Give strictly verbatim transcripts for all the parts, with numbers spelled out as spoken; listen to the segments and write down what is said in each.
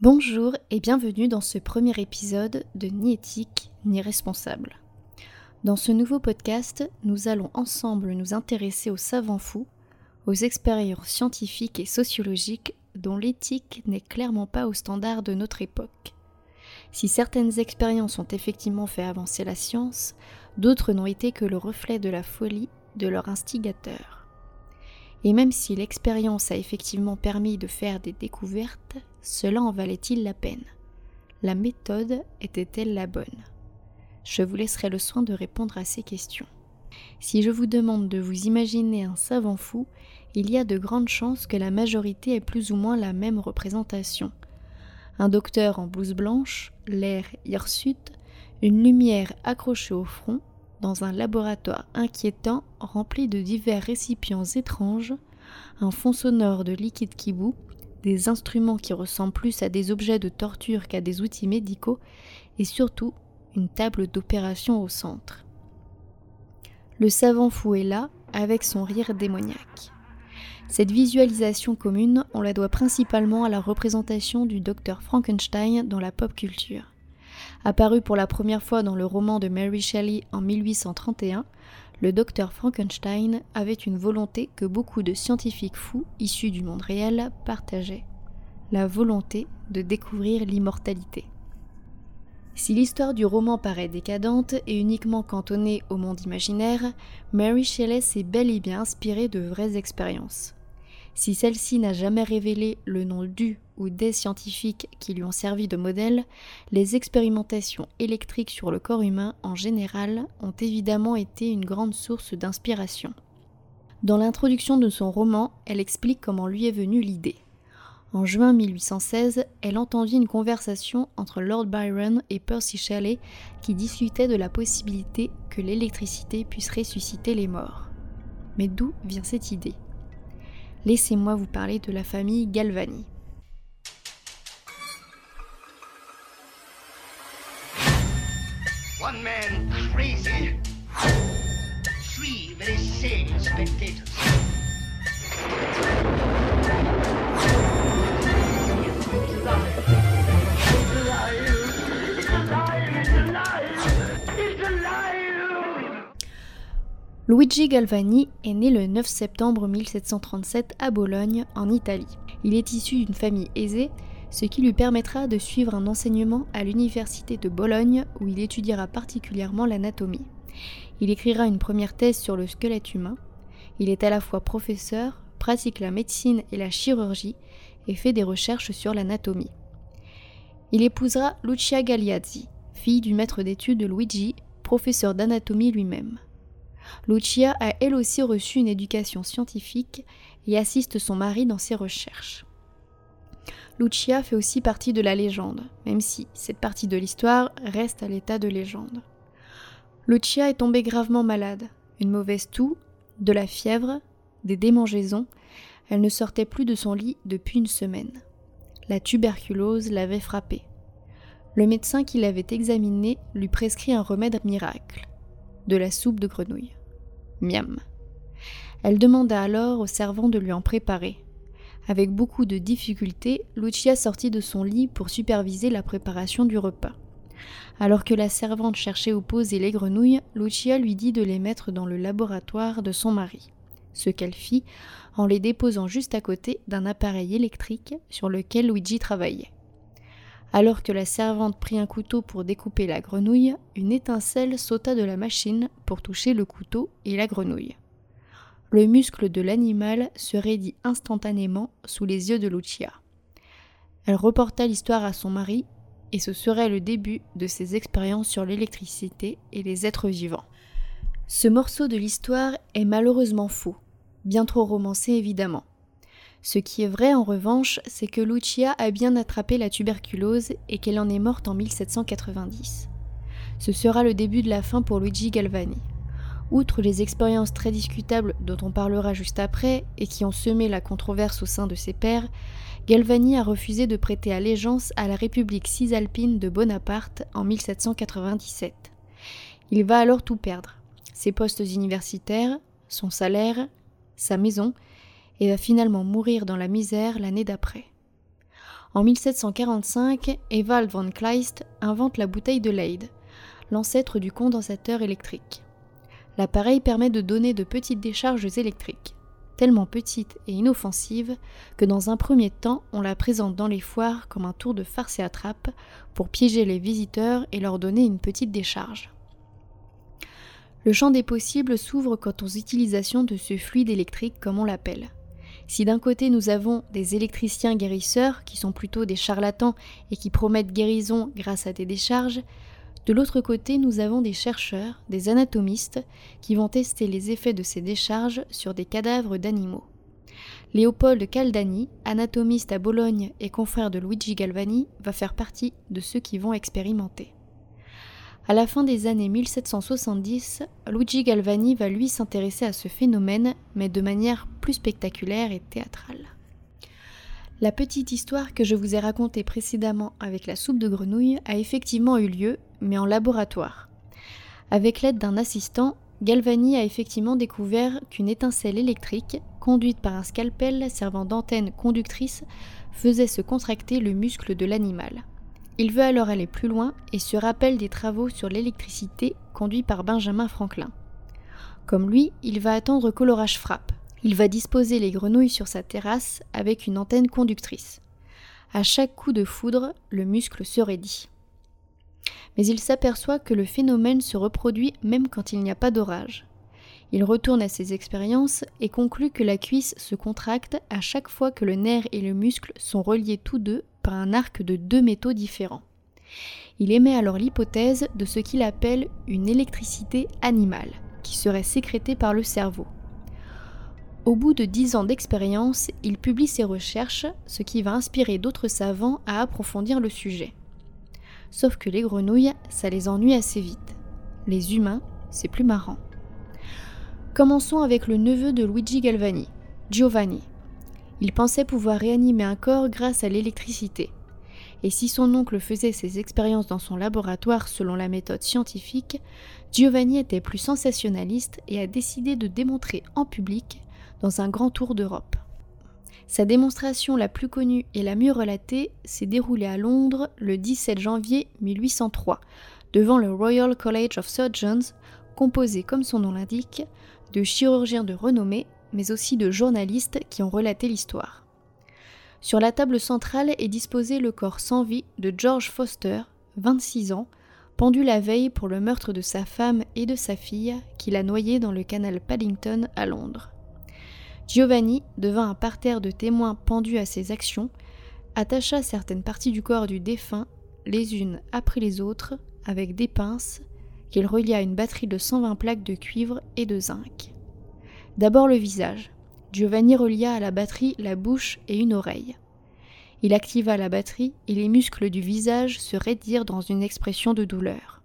Bonjour et bienvenue dans ce premier épisode de Ni éthique ni responsable. Dans ce nouveau podcast, nous allons ensemble nous intéresser aux savants fous, aux expériences scientifiques et sociologiques dont l'éthique n'est clairement pas au standard de notre époque. Si certaines expériences ont effectivement fait avancer la science, d'autres n'ont été que le reflet de la folie de leur instigateur. Et même si l'expérience a effectivement permis de faire des découvertes, cela en valait-il la peine? La méthode était-elle la bonne? Je vous laisserai le soin de répondre à ces questions. Si je vous demande de vous imaginer un savant fou, il y a de grandes chances que la majorité ait plus ou moins la même représentation. Un docteur en blouse blanche, l'air hirsute, une lumière accrochée au front, dans un laboratoire inquiétant rempli de divers récipients étranges, un fond sonore de liquide qui bout, des instruments qui ressemblent plus à des objets de torture qu'à des outils médicaux, et surtout une table d'opération au centre. Le savant fou est là, avec son rire démoniaque. Cette visualisation commune, on la doit principalement à la représentation du docteur Frankenstein dans la pop culture. Apparu pour la première fois dans le roman de Mary Shelley en mille huit cent trente et un, le docteur Frankenstein avait une volonté que beaucoup de scientifiques fous issus du monde réel partageaient, la volonté de découvrir l'immortalité. Si l'histoire du roman paraît décadente et uniquement cantonnée au monde imaginaire, Mary Shelley s'est bel et bien inspirée de vraies expériences. Si celle-ci n'a jamais révélé le nom du ou des scientifiques qui lui ont servi de modèle, les expérimentations électriques sur le corps humain en général ont évidemment été une grande source d'inspiration. Dans l'introduction de son roman, elle explique comment lui est venue l'idée. En juin mille huit cent seize, elle entendit une conversation entre Lord Byron et Percy Shelley qui discutaient de la possibilité que l'électricité puisse ressusciter les morts. Mais d'où vient cette idée ? Laissez-moi vous parler de la famille Galvani. One man crazy, three very sane spectators. Luigi Galvani est né le neuf septembre mille sept cent trente-sept à Bologne, en Italie. Il est issu d'une famille aisée, ce qui lui permettra de suivre un enseignement à l'université de Bologne où il étudiera particulièrement l'anatomie. Il écrira une première thèse sur le squelette humain. Il est à la fois professeur, pratique la médecine et la chirurgie et fait des recherches sur l'anatomie. Il épousera Lucia Gagliazzi, fille du maître d'études de Luigi, professeur d'anatomie lui-même. Lucia a elle aussi reçu une éducation scientifique et assiste son mari dans ses recherches. Lucia fait aussi partie de la légende, même si cette partie de l'histoire reste à l'état de légende. Lucia est tombée gravement malade, une mauvaise toux, de la fièvre, des démangeaisons, elle ne sortait plus de son lit depuis une semaine. La tuberculose l'avait frappée. Le médecin qui l'avait examinée lui prescrit un remède miracle, de la soupe de grenouille. Miam. Elle demanda alors au servant de lui en préparer. Avec beaucoup de difficultés, Lucia sortit de son lit pour superviser la préparation du repas. Alors que la servante cherchait où poser les grenouilles, Lucia lui dit de les mettre dans le laboratoire de son mari, ce qu'elle fit en les déposant juste à côté d'un appareil électrique sur lequel Luigi travaillait. Alors que la servante prit un couteau pour découper la grenouille, une étincelle sauta de la machine pour toucher le couteau et la grenouille. Le muscle de l'animal se raidit instantanément sous les yeux de Lucia. Elle reporta l'histoire à son mari, et ce serait le début de ses expériences sur l'électricité et les êtres vivants. Ce morceau de l'histoire est malheureusement faux, bien trop romancé évidemment. Ce qui est vrai en revanche, c'est que Lucia a bien attrapé la tuberculose et qu'elle en est morte en mille sept cent quatre-vingt-dix. Ce sera le début de la fin pour Luigi Galvani. Outre les expériences très discutables dont on parlera juste après et qui ont semé la controverse au sein de ses pairs, Galvani a refusé de prêter allégeance à la République cisalpine de Bonaparte en mille sept cent quatre-vingt-dix-sept. Il va alors tout perdre, ses postes universitaires, son salaire, sa maison, et va finalement mourir dans la misère l'année d'après. En mille sept cent quarante-cinq, Ewald von Kleist invente la bouteille de Leyde, l'ancêtre du condensateur électrique. L'appareil permet de donner de petites décharges électriques, tellement petites et inoffensives que dans un premier temps, on la présente dans les foires comme un tour de farce et attrape pour piéger les visiteurs et leur donner une petite décharge. Le champ des possibles s'ouvre quant aux utilisations de ce fluide électrique comme on l'appelle. Si d'un côté nous avons des électriciens guérisseurs qui sont plutôt des charlatans et qui promettent guérison grâce à des décharges, de l'autre côté nous avons des chercheurs, des anatomistes qui vont tester les effets de ces décharges sur des cadavres d'animaux. Léopold Caldani, anatomiste à Bologne et confrère de Luigi Galvani, va faire partie de ceux qui vont expérimenter. À la fin des années mille sept cent soixante-dix, Luigi Galvani va lui s'intéresser à ce phénomène, mais de manière plus spectaculaire et théâtrale. La petite histoire que je vous ai racontée précédemment avec la soupe de grenouille a effectivement eu lieu, mais en laboratoire. Avec l'aide d'un assistant, Galvani a effectivement découvert qu'une étincelle électrique, conduite par un scalpel servant d'antenne conductrice, faisait se contracter le muscle de l'animal. Il veut alors aller plus loin et se rappelle des travaux sur l'électricité conduits par Benjamin Franklin. Comme lui, il va attendre que l'orage frappe. Il va disposer les grenouilles sur sa terrasse avec une antenne conductrice. À chaque coup de foudre, le muscle se raidit. Mais il s'aperçoit que le phénomène se reproduit même quand il n'y a pas d'orage. Il retourne à ses expériences et conclut que la cuisse se contracte à chaque fois que le nerf et le muscle sont reliés tous deux par un arc de deux métaux différents. Il émet alors l'hypothèse de ce qu'il appelle une électricité animale, qui serait sécrétée par le cerveau. Au bout de dix ans d'expérience, il publie ses recherches, ce qui va inspirer d'autres savants à approfondir le sujet. Sauf que les grenouilles, ça les ennuie assez vite. Les humains, c'est plus marrant. Commençons avec le neveu de Luigi Galvani, Giovanni. Il pensait pouvoir réanimer un corps grâce à l'électricité. Et si son oncle faisait ses expériences dans son laboratoire selon la méthode scientifique, Giovanni était plus sensationnaliste et a décidé de démontrer en public dans un grand tour d'Europe. Sa démonstration la plus connue et la mieux relatée s'est déroulée à Londres le dix-sept janvier mille huit cent trois, devant le Royal College of Surgeons, composé, comme son nom l'indique, de chirurgiens de renommée, mais aussi de journalistes qui ont relaté l'histoire. Sur la table centrale est disposé le corps sans vie de George Foster, vingt-six ans, pendu la veille pour le meurtre de sa femme et de sa fille, qu'il a noyé dans le canal Paddington à Londres. Giovanni devint un parterre de témoins pendus à ses actions, attacha certaines parties du corps du défunt, les unes après les autres, avec des pinces, qu'il relia à une batterie de cent vingt plaques de cuivre et de zinc. D'abord le visage. Giovanni relia à la batterie la bouche et une oreille. Il activa la batterie et les muscles du visage se raidirent dans une expression de douleur.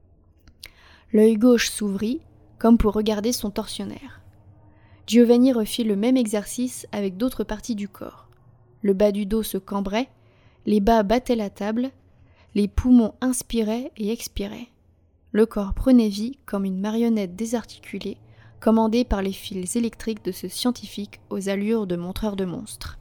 L'œil gauche s'ouvrit, comme pour regarder son tortionnaire. Giovanni refit le même exercice avec d'autres parties du corps. Le bas du dos se cambrait, les bas battaient la table, les poumons inspiraient et expiraient. Le corps prenait vie comme une marionnette désarticulée, commandée par les fils électriques de ce scientifique aux allures de montreur de monstres.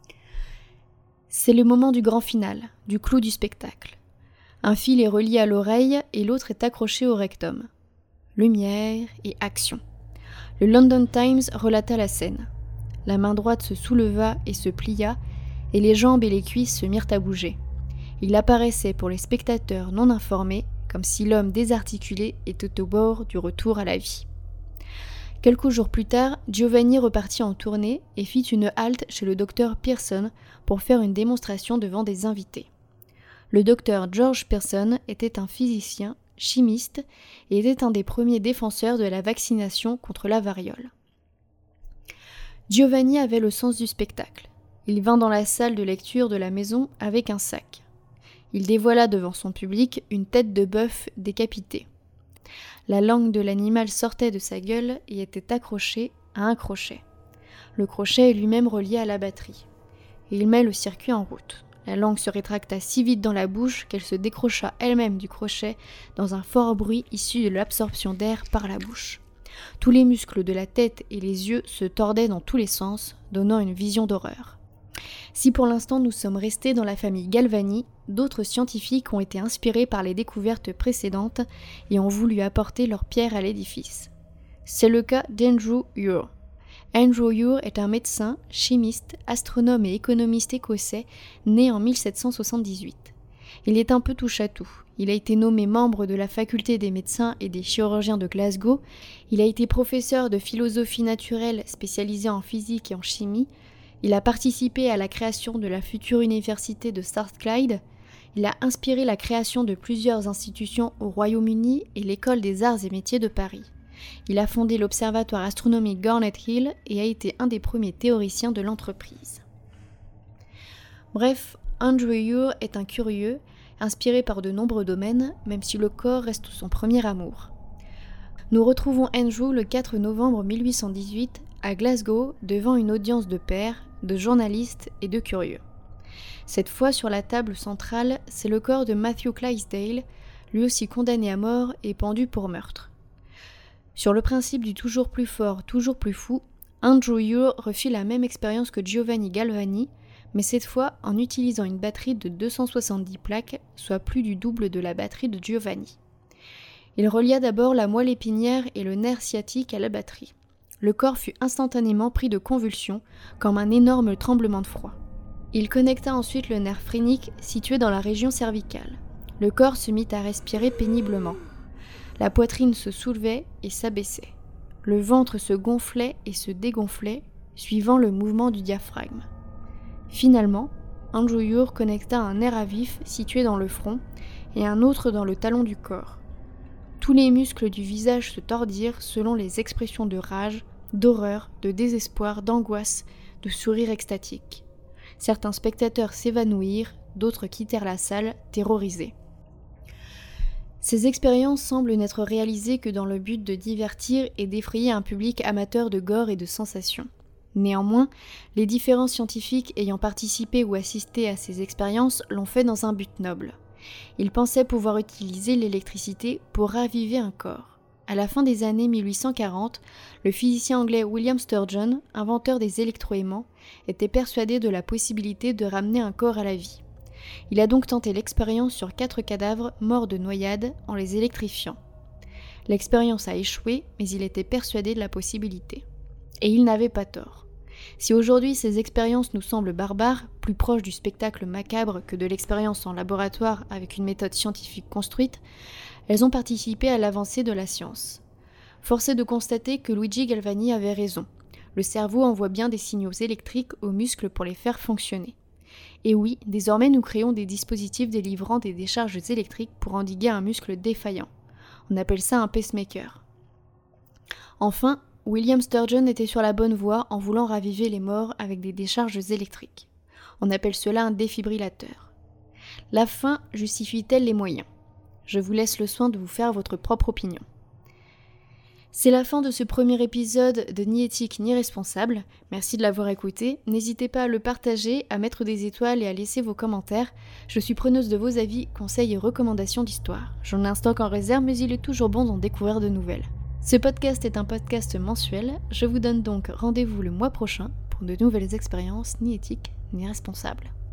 C'est le moment du grand final, du clou du spectacle. Un fil est relié à l'oreille et l'autre est accroché au rectum. Lumière et action. Le London Times relata la scène. La main droite se souleva et se plia, et les jambes et les cuisses se mirent à bouger. Il apparaissait pour les spectateurs non informés comme si l'homme désarticulé était au bord du retour à la vie. Quelques jours plus tard, Giovanni repartit en tournée et fit une halte chez le docteur Pearson pour faire une démonstration devant des invités. Le docteur George Pearson était un physicien, chimiste et était un des premiers défenseurs de la vaccination contre la variole. Giovanni avait le sens du spectacle. Il vint dans la salle de lecture de la maison avec un sac. Il dévoila devant son public une tête de bœuf décapitée. La langue de l'animal sortait de sa gueule et était accrochée à un crochet. Le crochet est lui-même relié à la batterie. Et il met le circuit en route. La langue se rétracta si vite dans la bouche qu'elle se décrocha elle-même du crochet dans un fort bruit issu de l'absorption d'air par la bouche. Tous les muscles de la tête et les yeux se tordaient dans tous les sens, donnant une vision d'horreur. Si pour l'instant nous sommes restés dans la famille Galvani, d'autres scientifiques ont été inspirés par les découvertes précédentes et ont voulu apporter leur pierre à l'édifice. C'est le cas d'Andrew Ure. Andrew Ure est un médecin, chimiste, astronome et économiste écossais né en mille sept cent soixante-dix-huit. Il est un peu touche-à-tout. Il a été nommé membre de la faculté des médecins et des chirurgiens de Glasgow. Il a été professeur de philosophie naturelle spécialisé en physique et en chimie. Il a participé à la création de la future université de Strathclyde. Il a inspiré la création de plusieurs institutions au Royaume-Uni et l'école des arts et métiers de Paris. Il a fondé l'observatoire astronomique Garnet Hill et a été un des premiers théoriciens de l'entreprise. Bref, Andrew Ure est un curieux, inspiré par de nombreux domaines, même si le corps reste son premier amour. Nous retrouvons Andrew le quatre novembre mille huit cent dix-huit à Glasgow devant une audience de pairs, de journalistes et de curieux. Cette fois sur la table centrale, c'est le corps de Matthew Clydesdale, lui aussi condamné à mort et pendu pour meurtre. Sur le principe du toujours plus fort, toujours plus fou, Andrew Ure refit la même expérience que Giovanni Galvani, mais cette fois en utilisant une batterie de deux cent soixante-dix plaques, soit plus du double de la batterie de Giovanni. Il relia d'abord la moelle épinière et le nerf sciatique à la batterie. Le corps fut instantanément pris de convulsions, comme un énorme tremblement de froid. Il connecta ensuite le nerf phrénique situé dans la région cervicale. Le corps se mit à respirer péniblement. La poitrine se soulevait et s'abaissait. Le ventre se gonflait et se dégonflait, suivant le mouvement du diaphragme. Finalement, Andrew Ure connecta un nerf à vif situé dans le front et un autre dans le talon du corps. Tous les muscles du visage se tordirent selon les expressions de rage, d'horreur, de désespoir, d'angoisse, de sourire extatique. Certains spectateurs s'évanouirent, d'autres quittèrent la salle, terrorisés. Ces expériences semblent n'être réalisées que dans le but de divertir et d'effrayer un public amateur de gore et de sensations. Néanmoins, les différents scientifiques ayant participé ou assisté à ces expériences l'ont fait dans un but noble. Ils pensaient pouvoir utiliser l'électricité pour raviver un corps. À la fin des années mille huit cent quarante, le physicien anglais William Sturgeon, inventeur des électroaimants, était persuadé de la possibilité de ramener un corps à la vie. Il a donc tenté l'expérience sur quatre cadavres morts de noyade en les électrifiant. L'expérience a échoué, mais il était persuadé de la possibilité. Et il n'avait pas tort. Si aujourd'hui ces expériences nous semblent barbares, plus proches du spectacle macabre que de l'expérience en laboratoire avec une méthode scientifique construite, elles ont participé à l'avancée de la science. Force est de constater que Luigi Galvani avait raison. Le cerveau envoie bien des signaux électriques aux muscles pour les faire fonctionner. Et oui, désormais nous créons des dispositifs délivrant des décharges électriques pour endiguer un muscle défaillant. On appelle ça un pacemaker. Enfin, William Sturgeon était sur la bonne voie en voulant raviver les morts avec des décharges électriques. On appelle cela un défibrillateur. La fin justifie-t-elle les moyens ? Je vous laisse le soin de vous faire votre propre opinion. C'est la fin de ce premier épisode de Ni éthique ni responsable. Merci de l'avoir écouté. N'hésitez pas à le partager, à mettre des étoiles et à laisser vos commentaires. Je suis preneuse de vos avis, conseils et recommandations d'histoire. J'en ai un stock en réserve, mais il est toujours bon d'en découvrir de nouvelles. Ce podcast est un podcast mensuel. Je vous donne donc rendez-vous le mois prochain pour de nouvelles expériences ni éthiques ni responsables.